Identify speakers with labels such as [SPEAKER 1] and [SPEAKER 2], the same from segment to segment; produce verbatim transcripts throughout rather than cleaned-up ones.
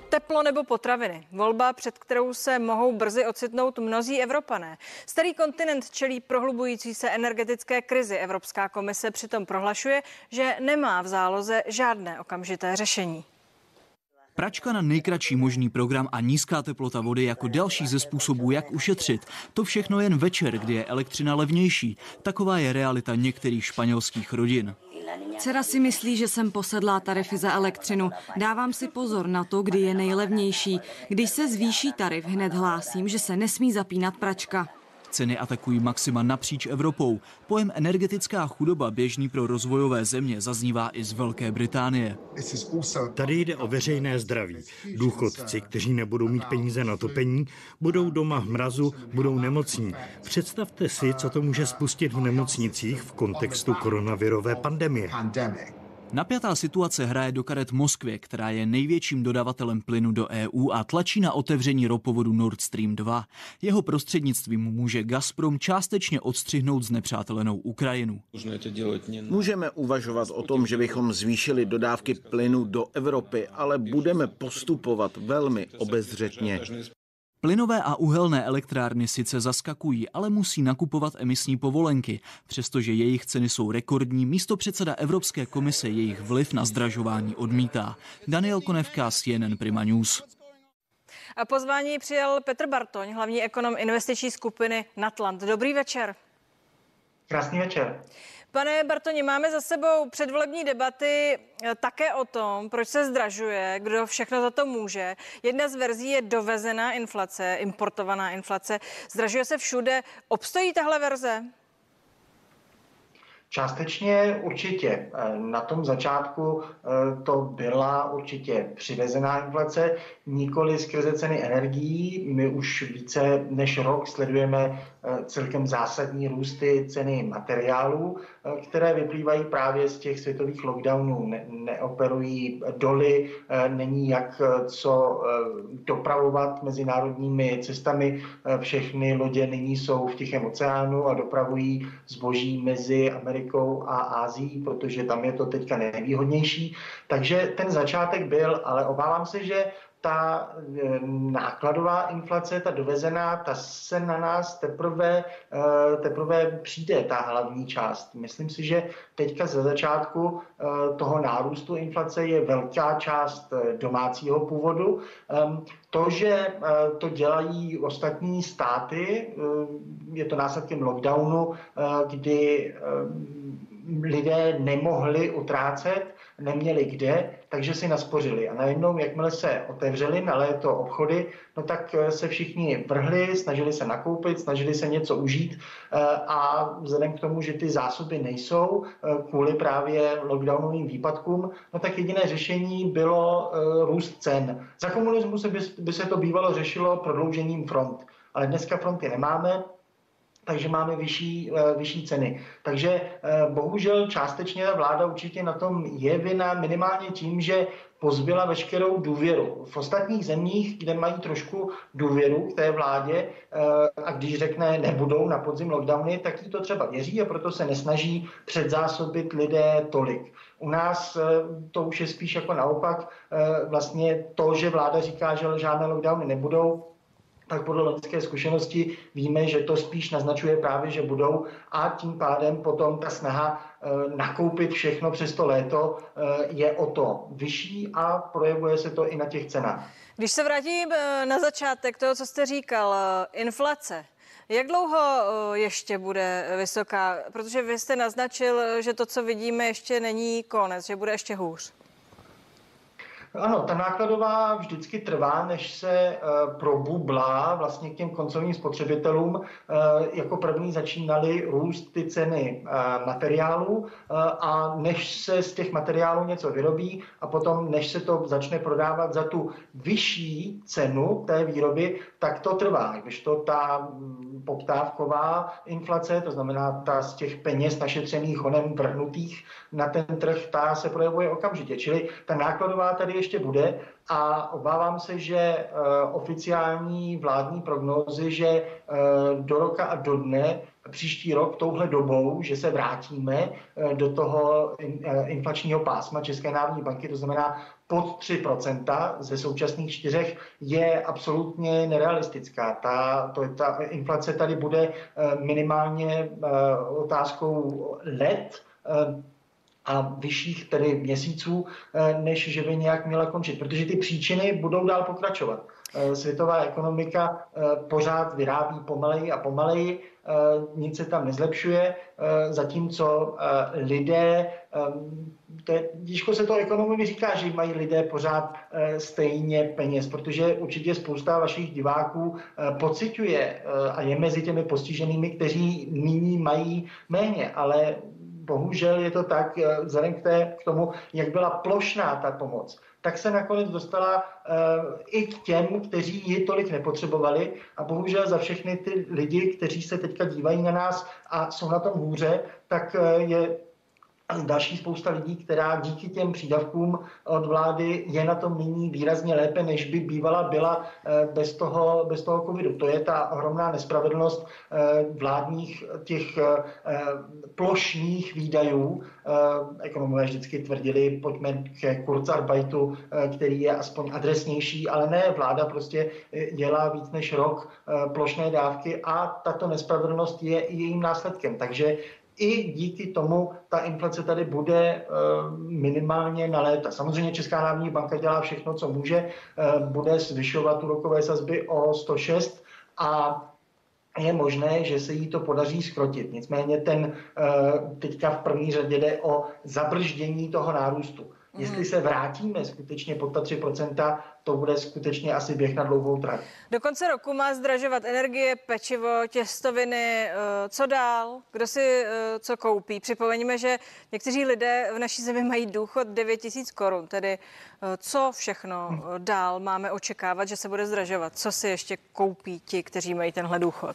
[SPEAKER 1] Teplo nebo potraviny. Volba, před kterou se mohou brzy ocitnout mnozí Evropané. Starý kontinent čelí prohlubující se energetické krizi. Evropská komise přitom prohlašuje, že nemá v záloze žádné okamžité řešení.
[SPEAKER 2] Pračka na nejkratší možný program a nízká teplota vody jako další ze způsobů, jak ušetřit. To všechno jen večer, kdy je elektřina levnější. Taková je realita některých španělských rodin.
[SPEAKER 3] Dcera si myslí, že jsem posedlá tarify za elektřinu. Dávám si pozor na to, kdy je nejlevnější. Když se zvýší tarif, hned hlásím, že se nesmí zapínat pračka.
[SPEAKER 2] Ceny atakují maxima napříč Evropou. Pojem energetická chudoba běžný pro rozvojové země zaznívá i z Velké Británie.
[SPEAKER 4] Tady jde o veřejné zdraví. Důchodci, kteří nebudou mít peníze na topení, budou doma v mrazu, budou nemocní. Představte si, co to může spustit v nemocnicích v kontextu koronavirové pandemie.
[SPEAKER 2] Napjatá situace hraje do karet Moskvě, která je největším dodavatelem plynu do E U a tlačí na otevření ropovodu Nord Stream dva. Jeho prostřednictvím může Gazprom částečně odstřihnout znepřátelenou Ukrajinu.
[SPEAKER 5] Můžeme uvažovat o tom, že bychom zvýšili dodávky plynu do Evropy, ale budeme postupovat velmi obezřetně.
[SPEAKER 2] Plynové a uhelné elektrárny sice zaskakují, ale musí nakupovat emisní povolenky. Přestože jejich ceny jsou rekordní, místopředseda Evropské komise jejich vliv na zdražování odmítá. Daniel Konevka, C N N Prima News.
[SPEAKER 1] A pozvání přijal Petr Bartoň, hlavní ekonom investiční skupiny Natland. Dobrý večer.
[SPEAKER 6] Krásný večer.
[SPEAKER 1] Pane Bartoně, máme za sebou předvolební debaty také o tom, proč se zdražuje, kdo všechno za to může. Jedna z verzí je dovezená inflace, importovaná inflace. Zdražuje se všude. Obstojí tahle verze?
[SPEAKER 6] Částečně určitě. Na tom začátku to byla určitě přivezená inflace, nikoli skrze ceny energií. My už více než rok sledujeme celkem zásadní růsty ceny materiálů, které vyplývají právě z těch světových lockdownů. Ne- neoperují doly, není jak co dopravovat mezinárodními cestami. Všechny lodě nyní jsou v Tichém oceánu a dopravují zboží mezi Amerikou a Ázií, protože tam je to teďka nevýhodnější. Takže ten začátek byl, ale obávám se, že ta nákladová inflace, ta dovezená, ta se na nás teprve, teprve přijde, ta hlavní část. Myslím si, že teďka ze začátku toho nárůstu inflace je velká část domácího původu. To, že to dělají ostatní státy, je to následkem lockdownu, kdy lidé nemohli utrácet, neměli kde, takže si naspořili. A najednou, jakmile se otevřeli na léto obchody, no tak se všichni vrhli, snažili se nakoupit, snažili se něco užít a vzhledem k tomu, že ty zásoby nejsou kvůli právě lockdownovým výpadkům, no tak jediné řešení bylo růst cen. Za komunismu by, by se to bývalo řešilo prodloužením front, ale dneska fronty nemáme, takže máme vyšší, vyšší ceny. Takže bohužel částečně ta vláda určitě na tom je vina minimálně tím, že pozbyla veškerou důvěru. V ostatních zemích, kde mají trošku důvěru k té vládě a když řekne nebudou na podzim lockdowny, tak ti to třeba věří a proto se nesnaží předzásobit lidé tolik. U nás to už je spíš jako naopak. Vlastně to, že vláda říká, že žádné lockdowny nebudou, tak podle loňské zkušenosti víme, že to spíš naznačuje právě, že budou a tím pádem potom ta snaha e, nakoupit všechno přes to léto e, je o to vyšší a projevuje se to i na těch cenách.
[SPEAKER 1] Když se vrátím na začátek toho, co jste říkal, inflace. Jak dlouho ještě bude vysoká? Protože vy jste naznačil, že to, co vidíme, ještě není konec, že bude ještě hůř.
[SPEAKER 6] Ano, ta nákladová vždycky trvá, než se uh, probublá vlastně k těm koncovým spotřebitelům. Uh, jako první začínaly růst ty ceny uh, materiálů uh, a než se z těch materiálů něco vyrobí a potom než se to začne prodávat za tu vyšší cenu té výroby, tak to trvá. Když to ta poptávková inflace, to znamená ta z těch peněz našetřených honem vrhnutých na ten trh, ta se projevuje okamžitě. Čili ta nákladová tady ještě bude a obávám se, že uh, oficiální vládní prognózy, že uh, do roka a do dne příští rok touhle dobou, že se vrátíme uh, do toho in, uh, inflačního pásma České národní banky, to znamená pod tři procenta ze současných čtyřech je absolutně nerealistická. Ta, to, ta inflace tady bude minimálně otázkou let a vyšších tedy měsíců, než že by nějak měla končit, protože ty příčiny budou dál pokračovat. Světová ekonomika pořád vyrábí pomaleji a pomaleji, nic se tam nezlepšuje, zatímco lidé, to je, těžko se to ekonomovi říká, že mají lidé pořád stejně peněz, protože určitě spousta vašich diváků pociťuje a je mezi těmi postiženými, kteří nyní mají méně, ale bohužel je to tak, vzhledem k, té, k tomu, jak byla plošná ta pomoc, tak se nakonec dostala uh, i k těm, kteří ji tolik nepotřebovali a bohužel za všechny ty lidi, kteří se teďka dívají na nás a jsou na tom hůře, tak uh, je další spousta lidí, která díky těm přídavkům od vlády je na tom nyní výrazně lépe, než by bývala byla bez toho, bez toho covidu. To je ta ohromná nespravedlnost vládních těch plošných výdajů. Ekonomové vždycky tvrdili, pojďme ke Kurzarbeitu, který je aspoň adresnější, ale ne, vláda prostě dělá víc než rok plošné dávky a tato nespravedlnost je i jejím následkem. Takže i díky tomu ta inflace tady bude minimálně na léta. Samozřejmě Česká národní banka dělá všechno, co může, bude zvyšovat úrokové sazby o sto šest a je možné, že se jí to podaří zkrotit. Nicméně ten teďka v první řadě jde o zabrždění toho nárůstu. Jestli se vrátíme skutečně pod ta tři procenta, to bude skutečně asi běh na dlouhou trať.
[SPEAKER 1] Do konce roku má zdražovat energie, pečivo, těstoviny. Co dál? Kdo si co koupí? Připomeňme, že někteří lidé v naší zemi mají důchod devět tisíc korun. Tedy co všechno dál máme očekávat, že se bude zdražovat? Co si ještě koupí ti, kteří mají tenhle důchod?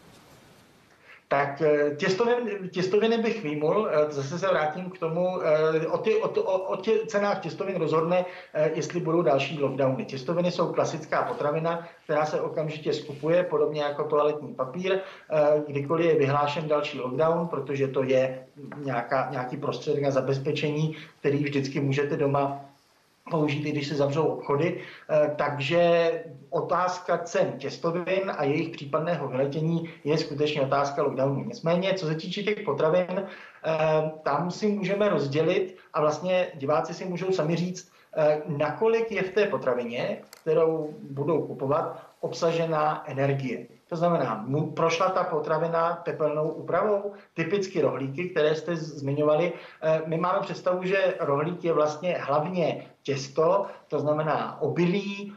[SPEAKER 6] Tak těstoviny, těstoviny bych výjimul, zase se vrátím k tomu, o, tě, o, o, o tě cenách těstovin rozhodne, jestli budou další lockdowny. Těstoviny jsou klasická potravina, která se okamžitě skupuje, podobně jako toaletní papír, kdykoliv je vyhlášen další lockdown, protože to je nějaká, nějaký prostředek na zabezpečení, který vždycky můžete doma použít, i když se zavřou obchody. Takže otázka cen těstovin a jejich případného vyletění je skutečně otázka lockdownu. Nicméně, co se týče těch potravin, tam si můžeme rozdělit a vlastně diváci si můžou sami říct, nakolik je v té potravině, kterou budou kupovat, obsažená energie. To znamená, prošla ta potravina tepelnou úpravou, typicky rohlíky, které jste zmiňovali. My máme představu, že rohlík je vlastně hlavně těsto, to znamená obilí,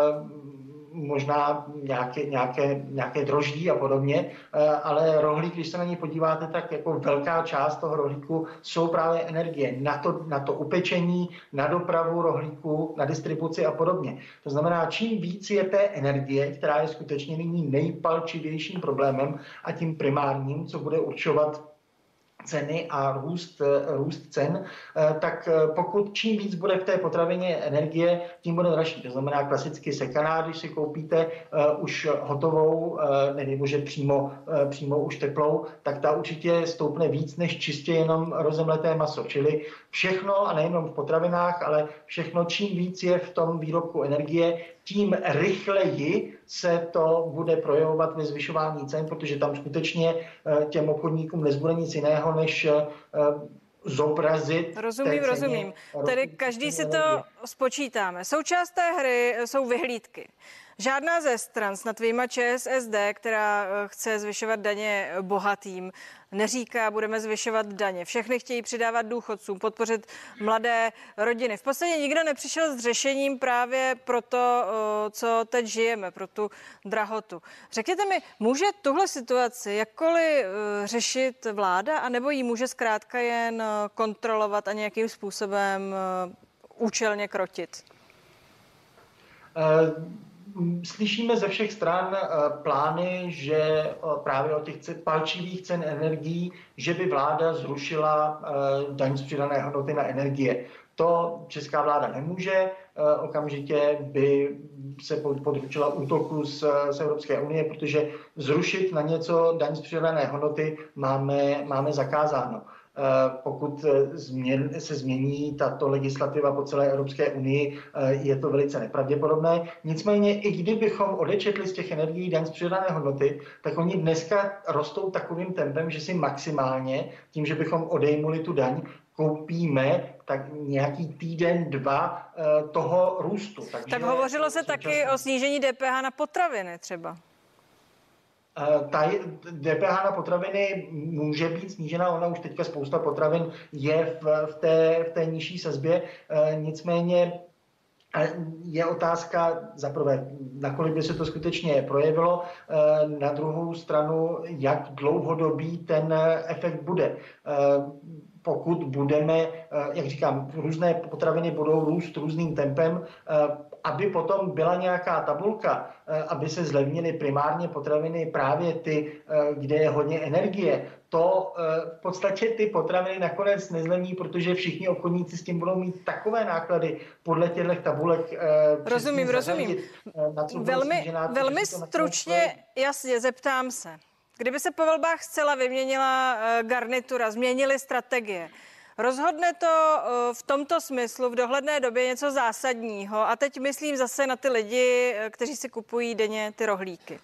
[SPEAKER 6] možná nějaké, nějaké, nějaké droždí a podobně, ale rohlík, když se na něj podíváte, tak jako velká část toho rohlíku jsou právě energie na to, na to upečení, na dopravu rohlíku, na distribuci a podobně. To znamená, čím víc je té energie, která je skutečně nyní nejpalčivějším problémem a tím primárním, co bude určovat ceny a růst, růst cen, tak pokud čím víc bude v té potravině energie, tím bude dražší. To znamená klasicky sekaná, když si koupíte uh, už hotovou, uh, nevím, že přímo, uh, přímo už teplou, tak ta určitě stoupne víc než čistě jenom rozemleté maso. Čili všechno, a nejenom v potravinách, ale všechno, čím víc je v tom výrobku energie, tím rychleji se to bude projevovat ve zvyšování cen, protože tam skutečně těm obchodníkům nezbude nic jiného, než zobrazit.
[SPEAKER 1] Rozumím, rozumím. Tedy každý si to spočítáme. Součást té hry jsou vyhlídky. Žádná ze stran, snad vyjma ČSSD, která chce zvyšovat daně bohatým, neříká, budeme zvyšovat daně. Všechny chtějí přidávat důchodcům, podpořit mladé rodiny. V podstatě nikdo nepřišel s řešením právě pro to, co teď žijeme, pro tu drahotu. Řekněte mi, může tuhle situaci jakkoliv řešit vláda, anebo ji může zkrátka jen kontrolovat a nějakým způsobem účelně krotit?
[SPEAKER 6] Uh... Slyšíme ze všech stran plány, že právě o těch palčivých cen energií, že by vláda zrušila daň z přidané hodnoty na energie. To česká vláda nemůže, okamžitě by se područila útoku z, z Evropské unie, protože zrušit na něco daň z přidané hodnoty máme, máme zakázáno. Pokud změn, se změní tato legislativa po celé Evropské unii, je to velice nepravděpodobné. Nicméně, i kdybychom odečetli z těch energií daň z přidané hodnoty, tak oni dneska rostou takovým tempem, že si maximálně tím, že bychom odejmuli tu daň, koupíme tak nějaký týden, dva toho růstu. Takže
[SPEAKER 1] tak hovořilo se současný... taky o snížení D P H na potraviny třeba.
[SPEAKER 6] Ta D P H na potraviny může být snížena, ona už teďka spousta potravin je v, v, té, v té nižší sazbě, nicméně je otázka za prvé, nakolik by se to skutečně projevilo, na druhou stranu, jak dlouhodobý ten efekt bude. Pokud budeme, jak říkám, různé potraviny budou růst různým tempem, aby potom byla nějaká tabulka, aby se zlevnily primárně potraviny právě ty, kde je hodně energie, to v podstatě ty potraviny nakonec nezlevní, protože všichni obchodníci s tím budou mít takové náklady podle těchto tabulek.
[SPEAKER 1] Rozumím, rozumím. Velmi, velmi stručně, jasně, zeptám se. Kdyby se po volbách zcela vyměnila garnitura, změnily strategie, rozhodne to v tomto smyslu v dohledné době něco zásadního? A teď myslím zase na ty lidi, kteří si kupují denně ty rohlíky.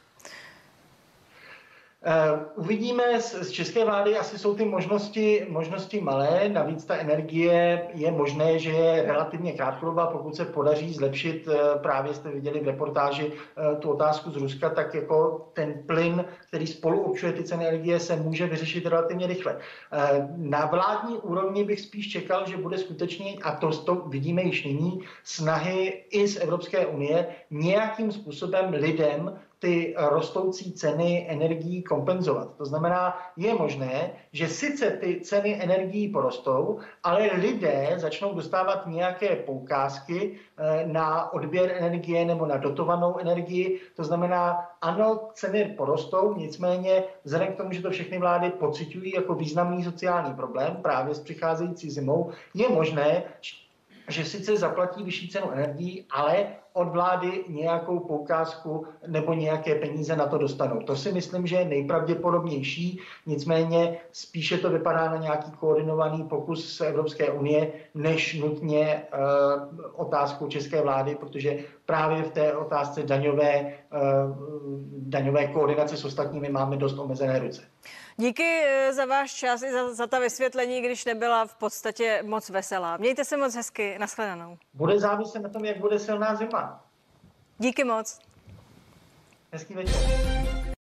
[SPEAKER 6] Uh, uvidíme z, z české vlády, asi jsou ty možnosti, možnosti malé, navíc ta energie je možné, že je relativně krátkodobá, pokud se podaří zlepšit, uh, právě jste viděli v reportáži uh, tu otázku z Ruska, tak jako ten plyn, který spolu určuje ty ceny energie, se může vyřešit relativně rychle. Uh, na vládní úrovni bych spíš čekal, že bude skutečně, a to, to vidíme již nyní, snahy i z Evropské unie nějakým způsobem lidem ty rostoucí ceny energií kompenzovat. To znamená, je možné, že sice ty ceny energií porostou, ale lidé začnou dostávat nějaké poukázky na odběr energie nebo na dotovanou energii. To znamená, ano, ceny porostou, nicméně vzhledem k tomu, že to všechny vlády pociťují jako významný sociální problém právě s přicházející zimou, je možné, že sice zaplatí vyšší cenu energií, ale od vlády nějakou poukázku nebo nějaké peníze na to dostanou. To si myslím, že je nejpravděpodobnější, nicméně spíše to vypadá na nějaký koordinovaný pokus z Evropské unie, než nutně uh, otázkou české vlády, protože právě v té otázce daňové, uh, daňové koordinace s ostatními máme dost omezené ruce.
[SPEAKER 1] Díky za váš čas i za, za ta vysvětlení, když nebyla v podstatě moc veselá. Mějte se moc hezky, nashledanou.
[SPEAKER 6] Bude záviset na tom, jak bude silná zima.
[SPEAKER 1] Díky moc.
[SPEAKER 6] Hezký večer.